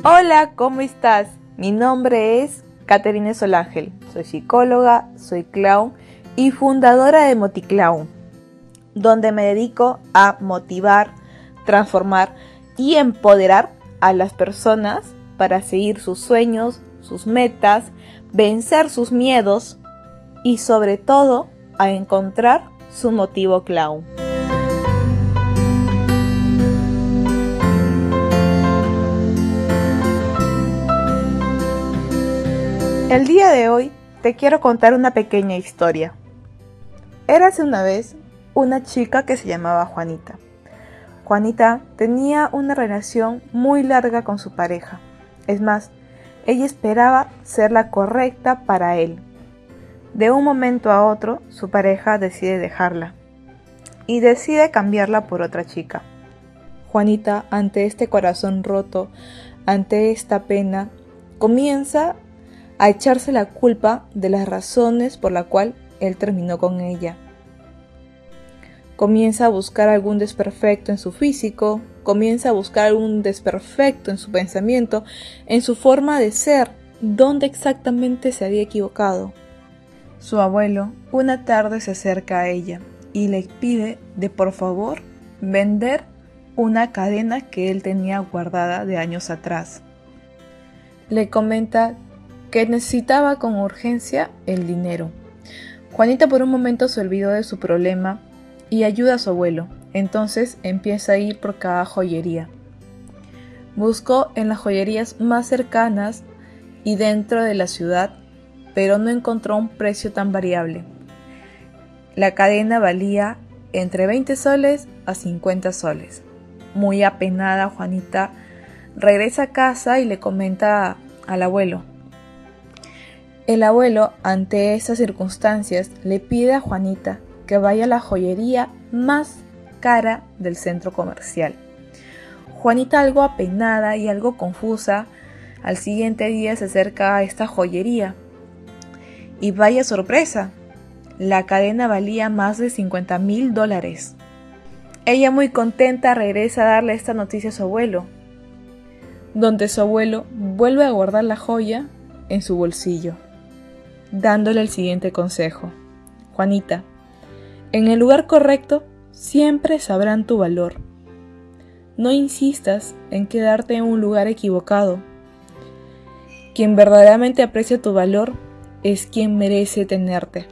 Hola, ¿cómo estás? Mi nombre es Caterine Solángel, soy psicóloga, soy clown y fundadora de MotiClown, donde me dedico a motivar, transformar y empoderar a las personas para seguir sus sueños, sus metas, vencer sus miedos y sobre todo a encontrar su motivo clown. El día de hoy te quiero contar una pequeña historia. Érase una vez una chica que se llamaba Juanita. Juanita tenía una relación muy larga con su pareja. Es más, ella esperaba ser la correcta para él. De un momento a otro, su pareja decide dejarla y decide cambiarla por otra chica. Juanita, ante este corazón roto, ante esta pena, comienza a echarse la culpa de las razones por la cual él terminó con ella. Comienza a buscar algún desperfecto en su físico, comienza a buscar algún desperfecto en su pensamiento, en su forma de ser, dónde exactamente se había equivocado. Su abuelo una tarde se acerca a ella y le pide de por favor vender una cadena que él tenía guardada de años atrás. Le comenta que necesitaba con urgencia el dinero. Juanita por un momento se olvidó de su problema y ayuda a su abuelo. Entonces empieza a ir por cada joyería. Buscó en las joyerías más cercanas y dentro de la ciudad, pero no encontró un precio tan variable. La cadena valía entre 20 soles a 50 soles. Muy apenada, Juanita regresa a casa y le comenta al abuelo. El abuelo, ante esas circunstancias, le pide a Juanita que vaya a la joyería más cara del centro comercial. Juanita, algo apenada y algo confusa, al siguiente día se acerca a esta joyería. Y vaya sorpresa, la cadena valía más de $50,000. Ella muy contenta regresa a darle esta noticia a su abuelo, donde su abuelo vuelve a guardar la joya en su bolsillo, dándole el siguiente consejo. Juanita, en el lugar correcto siempre sabrán tu valor. No insistas en quedarte en un lugar equivocado. Quien verdaderamente aprecia tu valor es quien merece tenerte.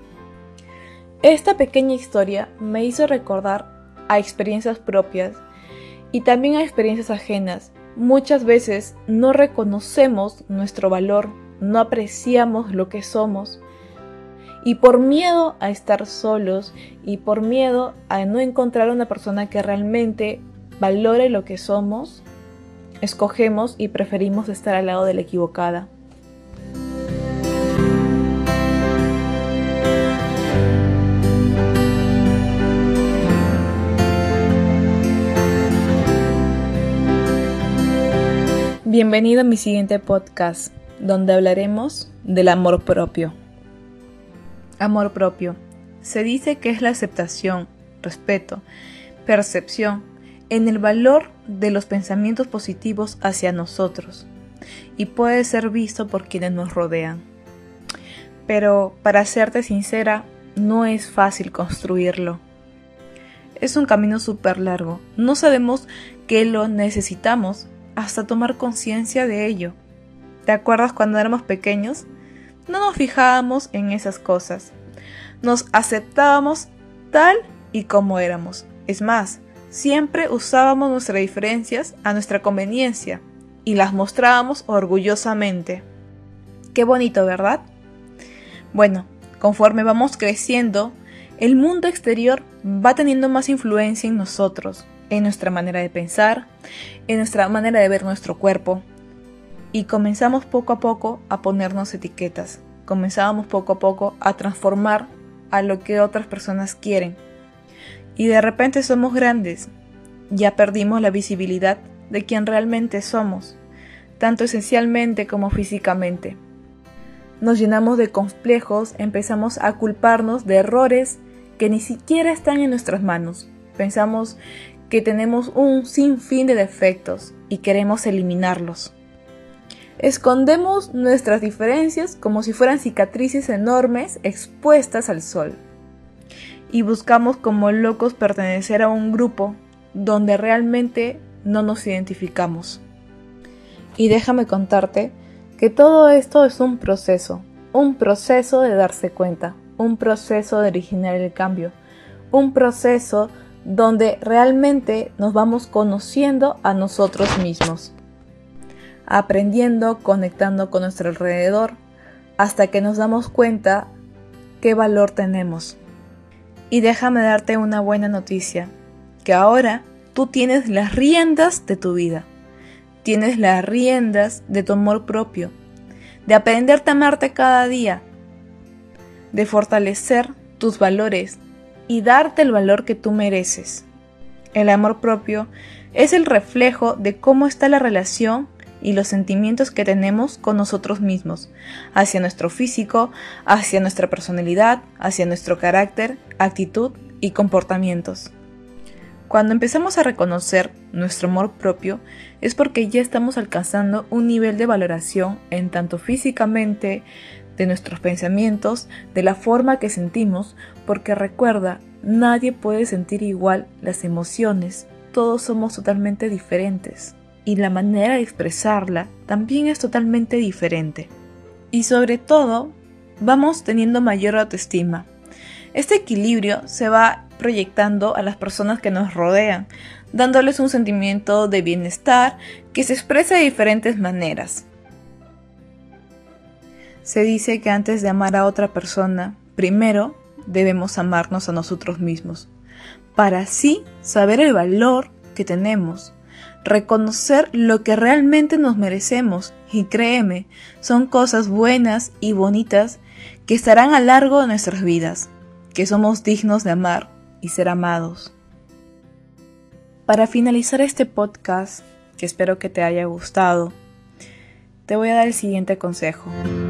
Esta pequeña historia me hizo recordar a experiencias propias y también a experiencias ajenas. Muchas veces no reconocemos nuestro valor, no apreciamos lo que somos y por miedo a estar solos y por miedo a no encontrar una persona que realmente valore lo que somos, escogemos y preferimos estar al lado de la equivocada. Bienvenido a mi siguiente podcast, donde hablaremos del amor propio. Amor propio. Se dice que es la aceptación, respeto, percepción en el valor de los pensamientos positivos hacia nosotros y puede ser visto por quienes nos rodean. Pero, para serte sincera, no es fácil construirlo. Es un camino súper largo. No sabemos que lo necesitamos hasta tomar conciencia de ello. ¿Te acuerdas cuando éramos pequeños? No nos fijábamos en esas cosas. Nos aceptábamos tal y como éramos. Es más, siempre usábamos nuestras diferencias a nuestra conveniencia y las mostrábamos orgullosamente. Qué bonito, ¿verdad? Bueno, conforme vamos creciendo, el mundo exterior va teniendo más influencia en nosotros, en nuestra manera de pensar, en nuestra manera de ver nuestro cuerpo. Y comenzamos poco a poco a ponernos etiquetas. Comenzamos poco a poco a transformar a lo que otras personas quieren. Y de repente somos grandes. Ya perdimos la visibilidad de quien realmente somos, tanto esencialmente como físicamente. Nos llenamos de complejos, empezamos a culparnos de errores que ni siquiera están en nuestras manos. Pensamos que tenemos un sinfín de defectos y queremos eliminarlos. Escondemos nuestras diferencias como si fueran cicatrices enormes expuestas al sol. Y buscamos como locos pertenecer a un grupo donde realmente no nos identificamos. Y déjame contarte que todo esto es un proceso de darse cuenta, un proceso de originar el cambio, un proceso donde realmente nos vamos conociendo a nosotros mismos, aprendiendo, conectando con nuestro alrededor, hasta que nos damos cuenta qué valor tenemos. Y déjame darte una buena noticia, que ahora tú tienes las riendas de tu vida, tienes las riendas de tu amor propio, de aprenderte a amarte cada día, de fortalecer tus valores y darte el valor que tú mereces. El amor propio es el reflejo de cómo está la relación y los sentimientos que tenemos con nosotros mismos, hacia nuestro físico, hacia nuestra personalidad, hacia nuestro carácter, actitud y comportamientos. Cuando empezamos a reconocer nuestro amor propio es porque ya estamos alcanzando un nivel de valoración en tanto físicamente, de nuestros pensamientos, de la forma que sentimos, porque recuerda, nadie puede sentir igual las emociones, todos somos totalmente diferentes. Y la manera de expresarla también es totalmente diferente. Y sobre todo, vamos teniendo mayor autoestima. Este equilibrio se va proyectando a las personas que nos rodean, dándoles un sentimiento de bienestar que se expresa de diferentes maneras. Se dice que antes de amar a otra persona, primero debemos amarnos a nosotros mismos, para así saber el valor que tenemos, reconocer lo que realmente nos merecemos, y créeme, son cosas buenas y bonitas que estarán a lo largo de nuestras vidas, que somos dignos de amar y ser amados. Para finalizar este podcast, que espero que te haya gustado, te voy a dar el siguiente consejo.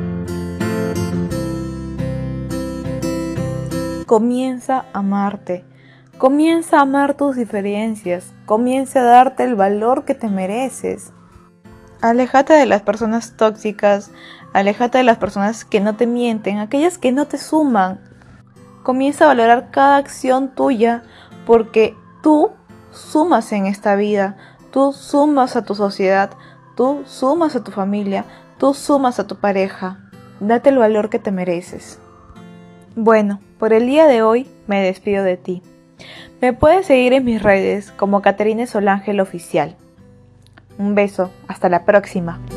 Comienza a amarte. Comienza a amar tus diferencias, comienza a darte el valor que te mereces. Aléjate de las personas tóxicas, aléjate de las personas que no te mienten, aquellas que no te suman. Comienza a valorar cada acción tuya porque tú sumas en esta vida, tú sumas a tu sociedad, tú sumas a tu familia, tú sumas a tu pareja. Date el valor que te mereces. Bueno, por el día de hoy me despido de ti. Me puedes seguir en mis redes como Caterine Solángel Oficial. Un beso, hasta la próxima.